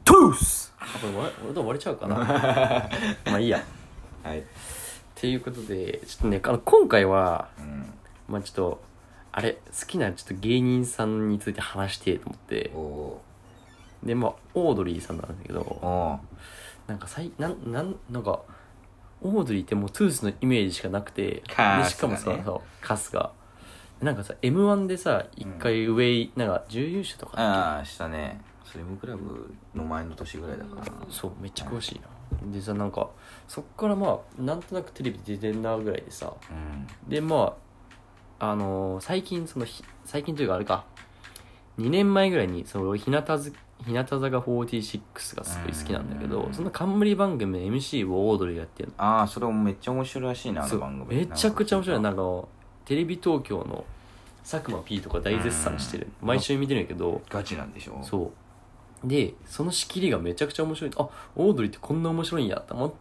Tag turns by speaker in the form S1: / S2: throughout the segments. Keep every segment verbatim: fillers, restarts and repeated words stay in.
S1: トゥースあ、これ終わり終われちゃうかなまあいいや。
S2: はい。
S1: っていうことで、ちょっとね、あの今回は、
S2: うん。
S1: まあちょっと、あれ、好きなちょっと芸人さんについて話してと思って、
S2: おお
S1: で、まあ、オードリーさんなんだけど、
S2: ー。おー。
S1: なんかさい、なん、なん、なんか、オードリーってもうトゥースのイメージしかなくて、
S2: カースがね
S1: でしかもさ、そう、カスが。なんかさ、エムワン でさ、一回上、なんか準優勝とかだっ
S2: ああ、したね。スリムクラブの前の年ぐらいだからな。
S1: けそう、めっちゃ詳しいな。でさ、なんか、そっからまあ、なんとなくテレビ出てんなぐらいでさ、
S2: うん。
S1: で、まあ、あのー最近、そのひ、最近というかあれか、にねんまえぐらいに、その、日向ず日向坂フォーティーシックスがすごい好きなんだけど、
S2: うん
S1: その冠番組の エムシー をオードリーがやってるの。
S2: ああ、それもめっちゃ面白いらしいな、あ
S1: そう
S2: の番組。
S1: めちゃくちゃ面白い。なん
S2: か
S1: か、テレビ東京の佐久間 P とか大絶賛してる。毎週見てるんやけど、
S2: ガチなんでしょ。
S1: そう。で、その仕切りがめちゃくちゃ面白い。あ、オードリーってこんな面白いんやと思って、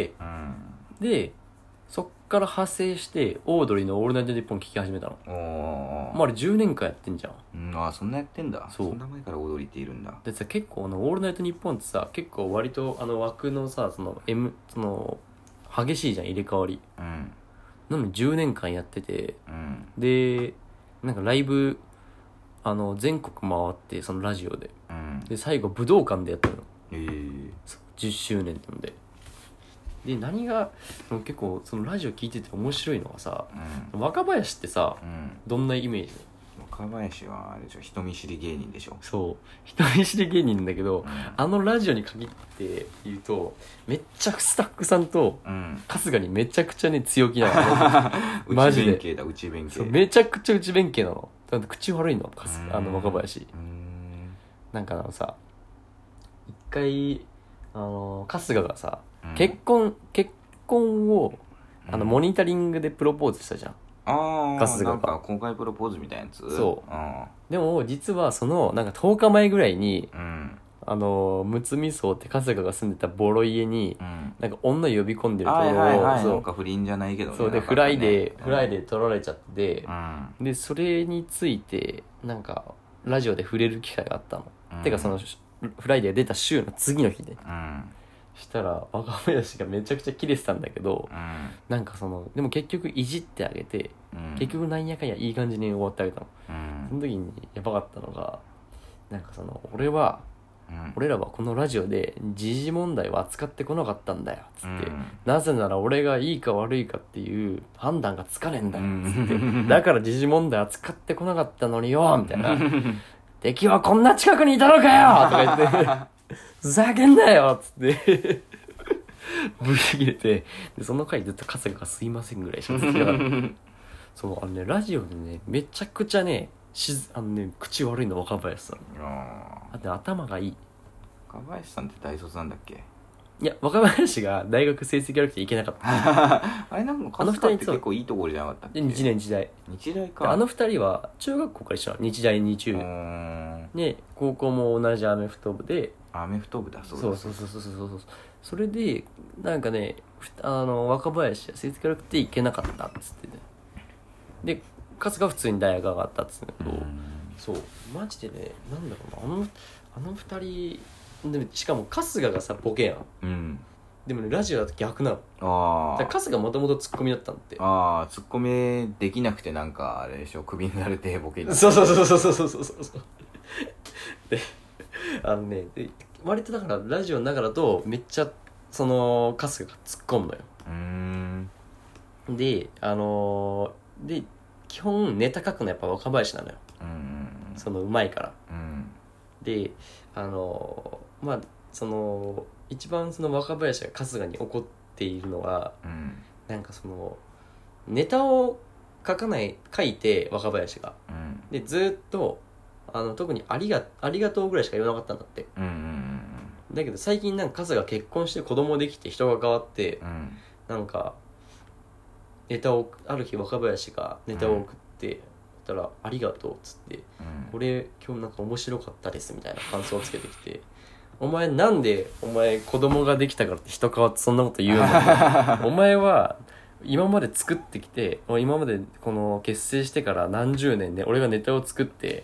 S2: うん。
S1: で、そっから派生して、オードリーのオールナイトニッポン聞き始めたの。
S2: おお。
S1: まあ、あれじゅうねんかんやってんじゃん。
S2: うん、ああ、そんなやってんだ。
S1: そう
S2: そんな前から踊りっているんだ。
S1: でさ、結構あの、オールナイトニッポンってさ、結構割とあの枠のさ、その M、その、激しいじゃん、入れ替わり。
S2: うん。
S1: なのにじゅうねんかんやってて、
S2: うん。
S1: で、なんかライブ、あの、全国回って、そのラジオで。
S2: うん。
S1: で、最後武道館でやったの。
S2: ええ
S1: じゅっしゅうねんなので。で、何が、結構そのラジオ聞いてて面白いのがさ、
S2: うん。
S1: 若林ってさ、
S2: うん。
S1: どんなイメージ？
S2: 若林はあれでしょ、人見知り芸人でしょ。
S1: そう。人見知り芸人なんだけど、
S2: うん。
S1: あのラジオに限って言うと、めっちゃスタッフさんと、
S2: うん。
S1: 春日にめちゃくちゃね、強気なの。マジで
S2: 内弁慶だ、内弁慶。
S1: そうめちゃくちゃ内弁慶なの。だって口悪いの、春
S2: うん
S1: 日あの若林。
S2: うーん。
S1: なんかあのさ、一回、あの、春日がさ、
S2: うん
S1: 結婚、結婚を、あの、
S2: うん
S1: モニタリングでプロポーズしたじゃん。
S2: ああ、
S1: 春日が
S2: なんか公開プロポーズみたいなやつ。
S1: そう
S2: うん。
S1: でも、実はその、なんかとおかまえぐらいに、
S2: うん。
S1: あの、むつみ荘って春日が住んでたボロ家に
S2: う、ん。
S1: なんか女呼び込んでるとこ
S2: はい
S1: ろを、
S2: はいはい。
S1: そう
S2: なんか不倫じゃないけどね。
S1: そうで、
S2: なんかね
S1: フライデー、
S2: うん
S1: フライデー取られちゃって
S2: う、ん。
S1: で、それについて、なんか、ラジオで触れる機会があったの。
S2: うん
S1: てか、その、フライデー出た週の次の日で。
S2: うん。
S1: したら、若林がめちゃくちゃキレてたんだけど、
S2: うん。
S1: なんかその、でも結局いじってあげて、
S2: うん。
S1: 結局なんやかんやいい感じに終わってあげたの。
S2: うん。
S1: その時にやばかったのが、なんかその、俺は、
S2: うん。
S1: 俺らはこのラジオで時事問題を扱ってこなかったんだよ、つって。
S2: うん
S1: なぜなら俺がいいか悪いかっていう判断がつかねえんだよ、つって。
S2: うん
S1: だから時事問題扱ってこなかったのによ、みたいな。敵はこんな近くにいたのかよとか言って、ふざけんなよつって、ぶち切れて、で、その回ずっと春日がすいませんぐらいしかつきながら。そう、あのね、ラジオでね、めちゃくちゃね、しず、あのね、口悪いの若林さん。
S2: あ
S1: あと頭がいい。
S2: ー若林さんって大卒なんだっけ？
S1: いや、若林が大学成績悪くていけなかった。
S2: あれなんか
S1: あの二人
S2: 春日って結構いいところじゃなかったっけ？
S1: で、日大日大。
S2: 日大か。
S1: であの二人は中学校から一緒なの。日大二中
S2: う。ーん
S1: で、高校も同じアメフト部で、
S2: アメフト部だそうだ
S1: そうそうそうそうそうそう。それで、なんかね、ふあの、若林は成績悪くていけなかったっつってね。で、春日は普通に大学上がったっつってんだけど、そう、マジでね、なんだろうな、あの、あの二人、でもしかも春日がさ、ボケやん。
S2: うん
S1: でもね、ラジオだと逆なの。
S2: あ
S1: だから春日もともとツッコミだったんって。
S2: ああツッコミできなくてなんかあれでしょクビになるてボケに
S1: そうそうそうそうそうそうそうそう。で、あのね、で割とだからラジオながらとめっちゃその春日が突っ込むのよ。
S2: うーん
S1: で、あのーで、基本ネタ書くのやっぱ若林なのよ。
S2: うん
S1: そのうまいから。
S2: うん
S1: で、あのーまあ、その、一番その若林が春日に怒っているのは、
S2: うん
S1: なんかその、ネタを書かない、書いて若林が。
S2: うん
S1: で、ずーっと、あの、特にありが、ありがとうぐらいしか言わなかったんだって。
S2: うんうん
S1: だけど最近なんか春日が結婚して子供できて人が変わって、
S2: うん
S1: なんか、ネタを、ある日若林がネタを送って、たら、ありがとうっつって、
S2: うん
S1: これ今日なんか面白かったですみたいな感想をつけてきて、お前なんでお前子供ができたからって人変わってそんなこと言うのお前は今まで作ってきて、今までこの結成してから何十年で俺がネタを作って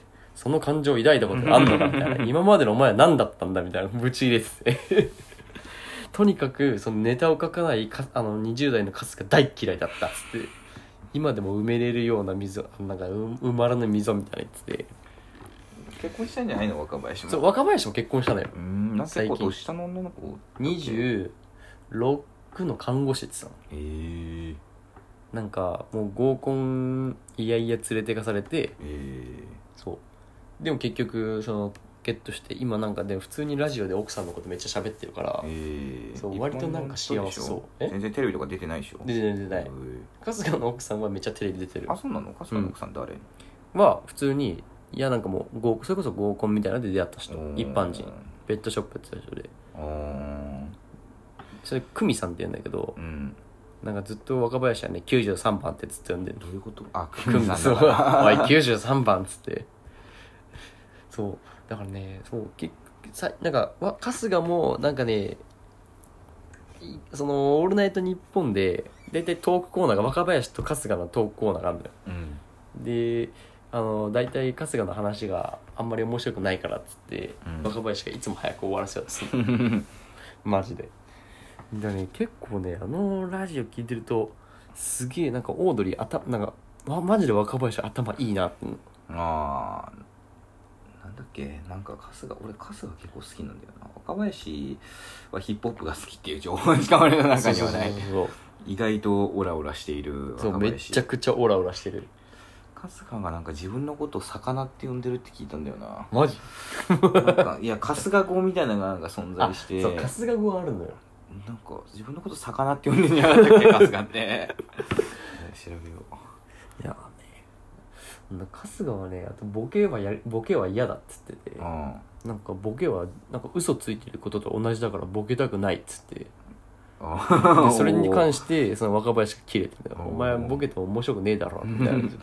S1: その感情を抱いたことがあんのかみたいな今までのお前は何だったんだみたいなブチ入れててとにかくそのネタを書かないかあのにじゅう代のカスが大嫌いだったっつって今でも埋めれるような溝なんか埋まらぬ溝みたいなやつで
S2: 結婚したんじゃないの若林も。
S1: そう若林も結婚したのよ。
S2: うーんなんか結構年下の女の子
S1: にじゅうろくの看護師って言ってたの。
S2: へえ
S1: なんかもう合コンいやいや連れてかされて、
S2: え
S1: そうでも結局そのゲットして今なんかでも普通にラジオで奥さんのことめっちゃ喋ってるから、
S2: えー、
S1: そう割となんか幸せそう。
S2: え全然テレビとか出てないでしょ。
S1: 出てない出てない。春日の奥さんはめっちゃテレビ出てる。
S2: あそうなの。春日の奥さん誰、
S1: うん、は普通にいやなんかもう合それこそ合コンみたいなので出会った人、一般人ペットショップやってた人で、それ久美さんって言うんだけど、うん、なんかずっと若林はねきゅうじゅうさんばんってずっと呼んでる。
S2: どういうこと。あ久美さん
S1: だからおいきゅうじゅうさんばんっつってそうだからねそう結さなんかわ春日もなんかねそのオールナイトニッポンでだいたいトークコーナーが若林と春日のトークコーナーがあるのよ、うん、であのだいたい春日の話があんまり面白くないからっつって、うん、若林がいつも早く終わらせようとするマジでだね結構ねあのラジオ聞いてるとすげえなんかオードリーあたなんかマジで若林頭いいなって。
S2: ああなんだっけなんか春日俺春日結構好きなんだよな。若林はヒップホップが好きっていう情報しか俺の中にはない。意外とオラオラしている
S1: 若林。そうめちゃくちゃオラオラしてる。
S2: 春日がなんか自分のことを魚って呼んでるって聞いたんだよな。
S1: マジ
S2: なんかいや春日語みたいなのがなんか存在して。
S1: そう春日語あるのよ。
S2: なんか自分のこと魚って呼んでんじゃなかったっけ春日って調べよう。
S1: いやね春日はねあとボケはやボケは嫌だっつってて、うん、なんかボケはなんか嘘ついてることと同じだからボケたくないっつってでそれに関してその若林がキレてるお前ボケても面白くねえだろみたいな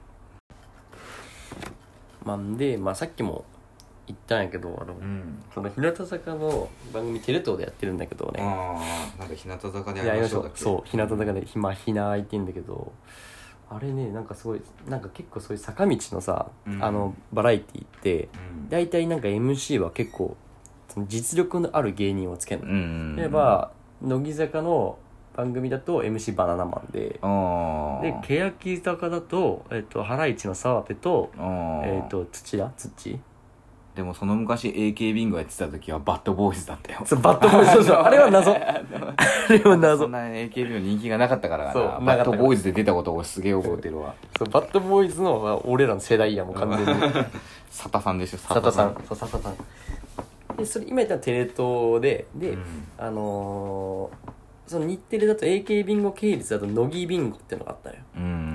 S1: まあで、まあ、さっきも言ったんやけどあの、うん、その日向坂の番組テレ東でやってるんだけどね。
S2: ああなんか日向坂でやりましょうだっけ。
S1: そう日向坂で今ひなあいてんだけどあれねなんかすごいなんか結構そういう坂道のさ、うん、あのバラエティって、うん、大体なんか エムシー は結構その実力のある芸人をつけるの、うん、例えば乃木坂の番組だと エムシー バナナマンでで欅坂だと、えっと、ハライチの澤部と、えっと、土田土
S2: でもその昔 エーケー ビンゴやってた時はバッドボーイズだったよ。
S1: そうバッドボーイズそうそうあれは謎あれは謎。
S2: そんな エーケー ビンゴ人気がなかったからかな。バッドボーイズで出たことをすげえ覚えてるわ。
S1: そうバッドボーイズの俺らの世代やもう完全に
S2: サタさんでしょ。
S1: サタさんそうサタさんでそれ今言ったらテレ東でで、うん、あのー、その日テレだと エーケー ビンゴ系列だと乃木ビンゴってのがあったのよ、うん、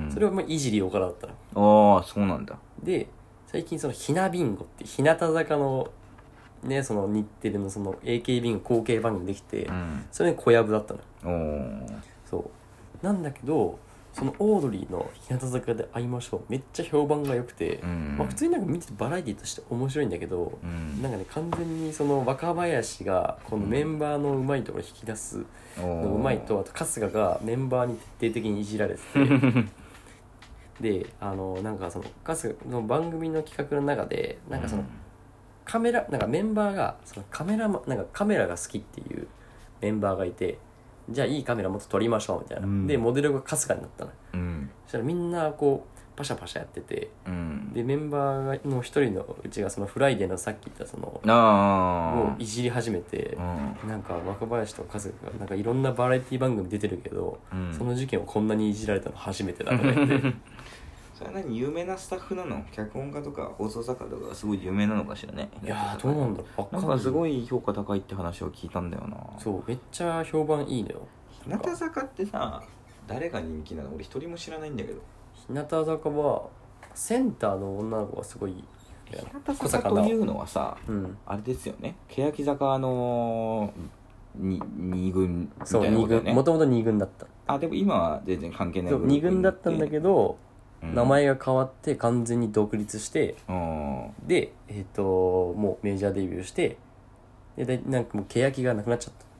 S1: それはまあいじり岡田だった
S2: の。ああそうなんだ。
S1: で最近そのひなビンゴって日向坂のねその日テレのその エーケー ビンゴ後継番組できて、うん、それに小籔だったのよ。そうなんだけどそのオードリーの日向坂で会いましょうめっちゃ評判が良くて、うんまあ、普通になんか見ててバラエティとして面白いんだけど、うん、なんかね完全にその若林がこのメンバーのうまいところ引き出すのうまいと、あと春日がメンバーに徹底的にいじられててであのなんかその春日の番組の企画の中でなんかそのカメラなんかメンバーがそのカメラなんかカメラが好きっていうメンバーがいてじゃあいいカメラもっと撮りましょうみたいな、うん、でモデルが春日になったの、うん、そしたらみんなこうパシャパシャやってて、うん、でメンバーの一人のうちがそのフライデーのさっき言ったそのをいじり始めて、うん、なんか若林と春日がなんかいろんなバラエティ番組出てるけど、うん、その事件をこんなにいじられたの初めてだとか言って
S2: それは何有名なスタッフなの？脚本家とか放送作家とかすごい有名なのかしらね。
S1: いやーどうなんだろ
S2: う。なんかすごい評価高いって話を聞いたんだよな。
S1: そうめっちゃ評判いいのよ。
S2: 日向坂ってさ誰が人気なの？俺一人も知らないんだけど。
S1: 日向坂はセンターの女の子がすごい
S2: 日向坂というのはさ、うん、あれですよね欅坂のにに軍みたいなことよね。
S1: もともとに軍だった。
S2: あでも今は全然関係ない。
S1: に軍だったんだけど、うん、名前が変わって完全に独立して、うん、でえっ、ー、ともうメジャーデビューしてでなんかもう欅がなくなっちゃった。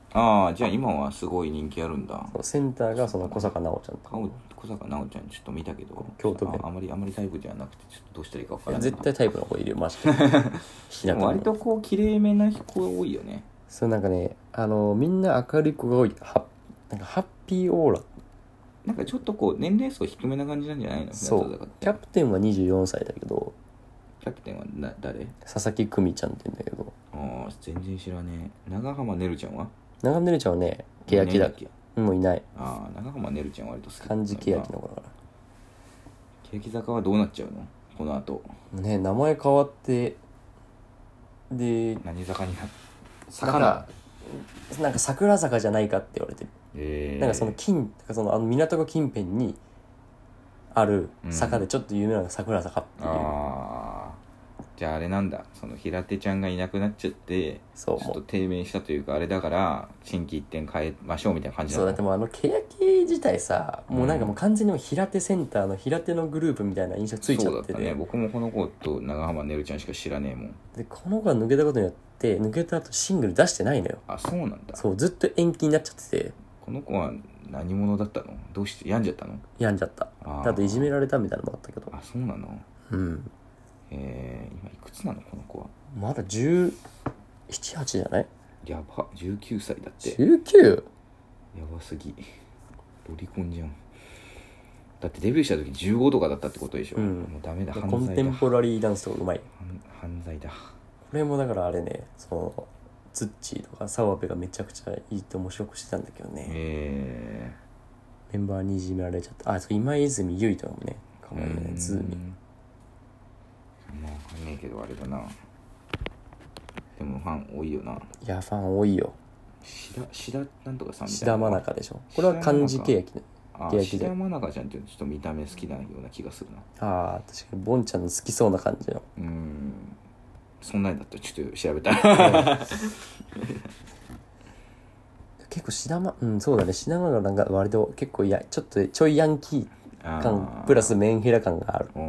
S2: ああじゃあ今はすごい人気あるんだ。
S1: センターがその小坂直ちゃんとか
S2: 小坂直ちゃんちょっと見たけど
S1: 京都弁
S2: あ, あまりあまりタイプじゃなくてちょっとどうしたらいいか分からない。
S1: 絶対タイプの子いるよマジで
S2: でも割とこう綺麗めな子多いよね。
S1: そうなんかねあのみんな明るい子が多いはなんかハッピーオーラ
S2: なんかちょっとこう年齢層低めな感じなんじゃないの。
S1: そうキャプテンはにじゅうよんさいだけど
S2: キャプテンはな誰？
S1: 佐々木久美ちゃんって言うんだけど
S2: ああ全然知らねえ。長浜ねるちゃんは
S1: 長ねるちゃんはね欅だっけもういない。
S2: ああ長浜ねるちゃんは割と好き
S1: 漢字欅の子だから
S2: 欅坂はどうなっちゃうのこの後
S1: ね名前変わってで
S2: 何坂になる
S1: 坂ななんか桜坂じゃないかって言われてる、
S2: えー、
S1: なんかその近そのあの港区近辺にある坂でちょっと有名なのが桜坂っていう、
S2: うん、あじゃああれなんだその平手ちゃんがいなくなっちゃって
S1: そう
S2: ちょっと低迷したというかあれだから心機一転変えましょうみたいな感じなの。
S1: そうだってもうあの欅自体さもうなんかもう完全にもう平手センターの平手のグループみたいな印象ついちゃってて、
S2: そうだったね。僕もこの子と長浜ねるちゃんしか知らねえもん。
S1: でこの子が抜けたことによって抜けた後シングル出してないのよ。
S2: あそうなんだ。
S1: そうずっと延期になっちゃってて
S2: この子は何者だったの？どうして病んじゃったの？
S1: 病んじゃった。
S2: あ
S1: あといじめられたみたいなのもあったけど。
S2: あそうなの。
S1: うん
S2: えー、今いくつなのこの子は。
S1: まだじゅうなな、はちじゃない？
S2: やばじゅうきゅうさいだって。
S1: じゅうきゅう？
S2: やばすぎロリコンじゃん。だってデビューした時じゅうごとかだったってことでしょ、うん、もうダメだ。犯罪だ。
S1: コンテンポラリーダンスとかうまい。
S2: 犯罪だ。
S1: これもだからあれねそのツッチーとか澤部がめちゃくちゃいいって面白くしてたんだけどね。
S2: え
S1: ー、メンバーにいじめられちゃった。あそう今泉結衣とかもねかわいいね。ズーミ
S2: まあわかんねえけどあれだな。でもファン多いよな。
S1: いやファン多いよ。
S2: 志田志田なんとかさんみたいな。
S1: 志田愛菜でしょ。これは漢字欅で。
S2: あ志田愛菜ちゃんってちょっと見た目好きなような気がするな。
S1: ああ確かにボンちゃんの好きそうな感じの。
S2: うーんそんなんだったらちょっと調べたら
S1: 結構志田まうんそうだね志田愛菜なんか割と結構やちょっとちょいヤンキー感プラスメンヘラ感がある。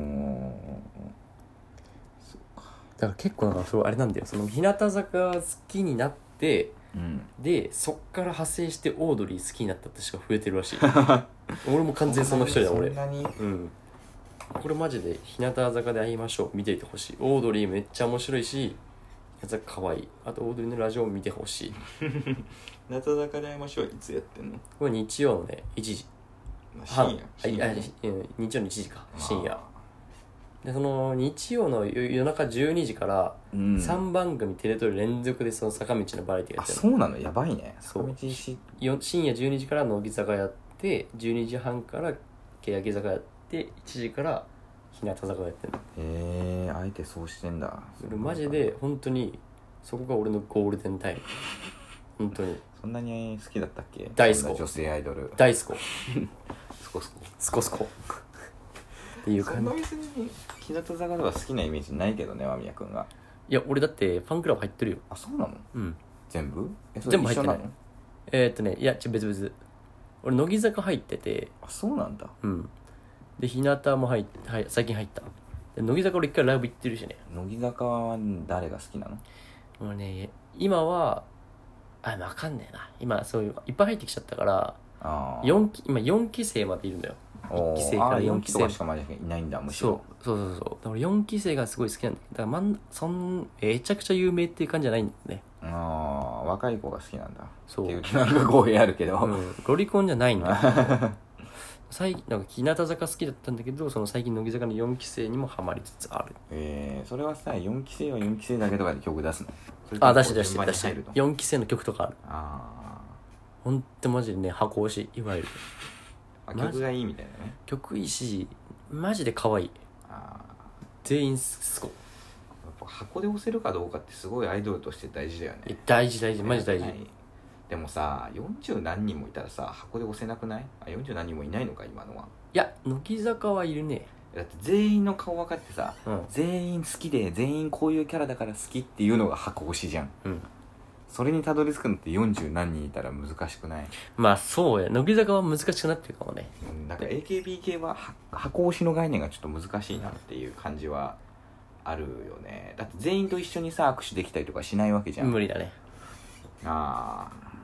S1: だから結構なんかそうあれなんだよその日向坂好きになって、うん、でそっから派生してオードリー好きになったって人が増えてるらしい俺も完全にその一人だ俺。
S2: そんなに、
S1: うん、これマジで日向坂で会いましょう見ていてほしい。オードリーめっちゃ面白いし日向坂かわいい。あとオードリーのラジオも見てほしい
S2: 日向坂で会いましょういつやってんの？
S1: これ日曜のねいちじ
S2: 深夜
S1: 深夜日曜のいちじか深夜でその日曜の夜中じゅうにじからさんばん組テレ東連続でその坂道のバラエティやってる。
S2: あそうなのやばいね。
S1: そう深夜じゅうにじから乃木坂やってじゅうにじはんから欅坂やっていちじから日向坂やってるの。
S2: へえあえてそうしてんだ。
S1: 俺マジで本当にそこが俺のゴールデンタイム本当に。
S2: そんなに好きだったっけ？
S1: 大好き
S2: 女性アイドル
S1: 大好き
S2: スコスコ
S1: スコスコっていう感じ。
S2: そんな別に日向坂とか好きなイメージないけどね間宮君が。
S1: いや俺だってファンクラブ入ってるよ。
S2: あそうなの？
S1: うん
S2: 全部？え
S1: 全部入ってない。えー、っとねいやちょ別々俺乃木坂入ってて。
S2: あそうなんだ。
S1: うんで日向も入っはい最近入ったで乃木坂俺一回ライブ行ってるしね。
S2: 乃木坂は誰が好きなの？
S1: もうね今はあ分かんねえな今そういういっぱい入ってきちゃったから
S2: あ
S1: よんき今よんき生までいるんだよ。いっき生からよんき生
S2: とかしかまだいないんだむしろ。
S1: そうそうそうそうだからよんき生がすごい好きなんだけどだからまんそんめちゃくちゃ有名っていう感じじゃないんだよね。
S2: ああ若い子が好きなんだ。
S1: そう
S2: っていう気なんか語弊あるけど、
S1: うん、ロリコンじゃないんだよ最近なんか日向坂好きだったんだけどその最近乃木坂のよんき生にもハマりつつある。
S2: えー、それはさよんき生はよんき生だけとかで曲出すの？
S1: あ出して出して出してよんき生の曲とかある。
S2: ああ
S1: ほんとマジでね箱推しいわゆる
S2: あ曲がいいみたいなね。
S1: 曲いいしマジで可愛い。
S2: あ
S1: 全員すごい。
S2: やっぱ箱で押せるかどうかってすごいアイドルとして大事だよね。
S1: 大事大事マジ大事。
S2: でもさよんじゅう何人もいたらさ箱で押せなくない？あよんじゅう何人もいないのか今のは。
S1: いや乃木坂はいるね。
S2: だって全員の顔分かってさ、
S1: うん、
S2: 全員好きで全員こういうキャラだから好きっていうのが箱推しじゃん、
S1: うん、
S2: それにたどり着くのってよんじゅう何人いたら難しくない？
S1: まあそうや乃木坂は難しくなってるかもね。
S2: うんなんか エーケービー 系は箱推しの概念がちょっと難しいなっていう感じはあるよね。だって全員と一緒にさ握手できたりとかしないわけじゃん。
S1: 無理だね。
S2: ああ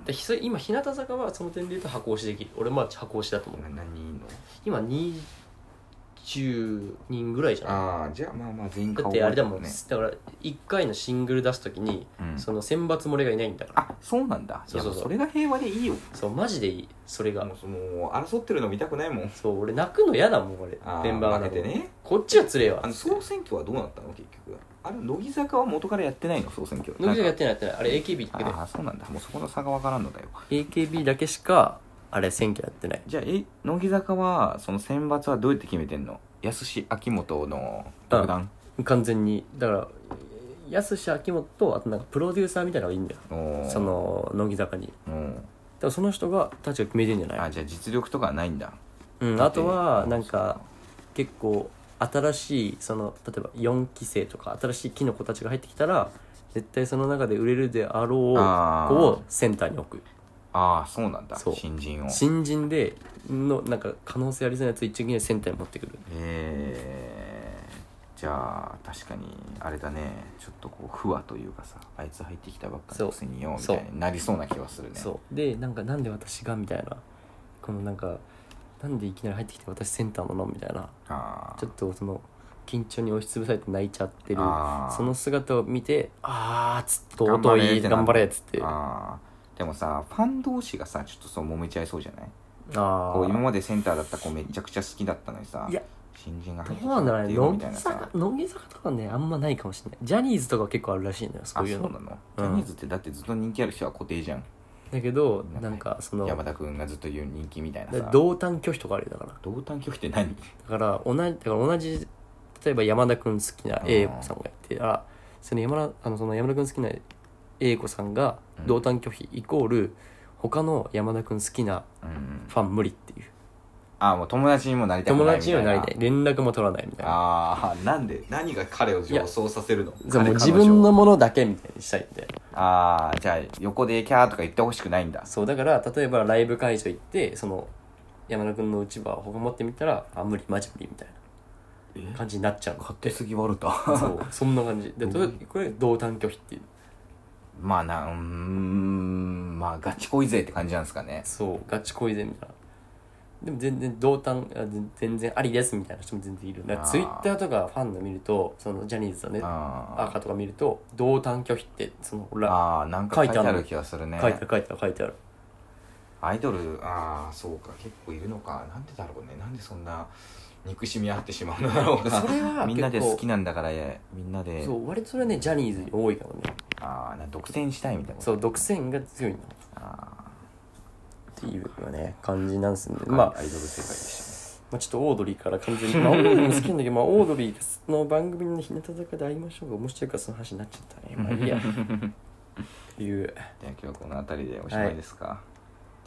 S1: でひそ今日向坂はその点で言うと箱推しできる。俺まあ箱推しだと思う。
S2: 何人いんの
S1: 今にじゅうにんぐらいじゃない。
S2: ああじゃあまあまあ全員
S1: だ
S2: 顔
S1: ってあれだもん、
S2: ね、
S1: だからいっかいのシングル出すときに、
S2: うん、
S1: その選抜漏れがいないんだから。
S2: あそうなんだ。
S1: そうそうそう、
S2: それが平和でいいよ。
S1: そうマジでいい。それが
S2: もうその争ってるの見たくないもん。
S1: そう俺泣くの嫌だもん俺。メンバーが
S2: 負けてね。
S1: こっちはつれえわ。
S2: あの総選挙はどうなったの結局。あれ乃木坂は元からやってないの総選挙。
S1: 乃木坂やってないやってない。あれ エーケービー だけで。
S2: ああそうなんだ。もうそこの差がわからんのだよ。
S1: エーケービー だけしかあれ選挙やってない。
S2: じゃあえ乃木坂はその選抜はどうやって決めてんの。安志秋元の独断。
S1: 完全にだから安志秋元とあとなんかプロデューサーみたいなのがいいんだよ。その乃木坂に。
S2: うん
S1: だからその人がたちが決めてんじゃない。
S2: あじゃあ実力とかはないんだ。
S1: うんあとはなんか結構新しいその例えばよんき生とか新しいキノコたちが入ってきたら絶対その中で売れるであろう子をセンターに置く。
S2: ああそうなんだ。
S1: そう
S2: 新人を
S1: 新人でのなんか可能性ありそうなやつ一撃でセンターに持ってくる。
S2: えー、じゃあ確かにあれだね。ちょっとこう不和というかさあいつ入ってきたばっかのくせによみたいになりそうな気はするね。
S1: そうでなんかなんで私がみたいなこのなんかなんでいきなり入ってきて私センターなのみたいな
S2: あ
S1: ちょっとその緊張に押しつぶされて泣いちゃってる
S2: あ
S1: その姿を見てあーっつっと尊い頑張れっつって
S2: あでもさファン同士がさちょっとそう揉めちゃいそうじゃない。
S1: あ
S2: こう今までセンターだった子めちゃくちゃ好きだったのにさ
S1: いや
S2: 新人が入ってき
S1: どうなんだろうね
S2: たよみたい
S1: 乃木
S2: なさ
S1: 坂乃木坂とかねあんまないかもしれない。ジャニーズとか結構あるらしいんだよそういうの。
S2: あそうなの、ジャニーズってだってずっと人気ある人は固定じゃん。
S1: だけどなんかその
S2: 山田君がずっと言う人気みたいなさ。
S1: 同担拒否とかあるよだから
S2: 同担拒否って何。
S1: だから同じだから同じ例えば山田君好きな A 子さんがいてあその山田あのその山田君好きな A 子さんが同担拒否イコール他の山田君好きな
S2: うん
S1: ファン無理っていう。
S2: ああもう友達にもなりたくないみたいな。
S1: 友達にはなりたい連絡も取らないみたいな。
S2: ああなんで何が彼を上層させるの。
S1: そうもう自分のものだけみたいにしたいんで。
S2: ああじゃあ横でキャーとか言ってほしくないんだ。
S1: そうだから例えばライブ会場行ってその山田君のうちわを他持ってみたらあ無理マジ無理みたいな感じになっちゃうの。
S2: 勝手すぎワルタ
S1: そうそんな感じでこれ同担拒否っていう。
S2: まあなうーんまあガチ恋勢って感じなんですかね。
S1: そうガチ恋でみたいな。でも全然同担あ全然ありですみたいな人も全然いる。だからツイッターとかファンの見るとそのジャニーズのね赤とか見ると同担拒否ってその
S2: ああなんか書いてある気がするね。
S1: 書いてある書いてある書いてある。
S2: アイドルああそうか結構いるのか。なんでだろうね。なんでそんな憎しみ合ってしまうんだろうな。
S1: それは
S2: みんなで好きなんだからみんなで
S1: そう割とそれはねジャニーズに多いからね。
S2: ああ独占したいみたいな。
S1: そう独占が強いの
S2: あ
S1: っていうよね感じなんですね。
S2: まあ
S1: まあ
S2: アイドル世界でしたね。
S1: まあ、ちょっとオードリーから完全に、まあ、オードリーも好きなんだけど、まあ、オードリーの番組の日向坂で会いましょうが面白いからその話になっちゃったね。まあいいやっていう。
S2: じゃあ今日はこの辺りでおしまいですか、はい、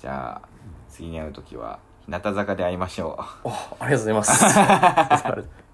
S2: じゃあ次に会う時は日向坂で会いましょう。
S1: あ、ありがとうございます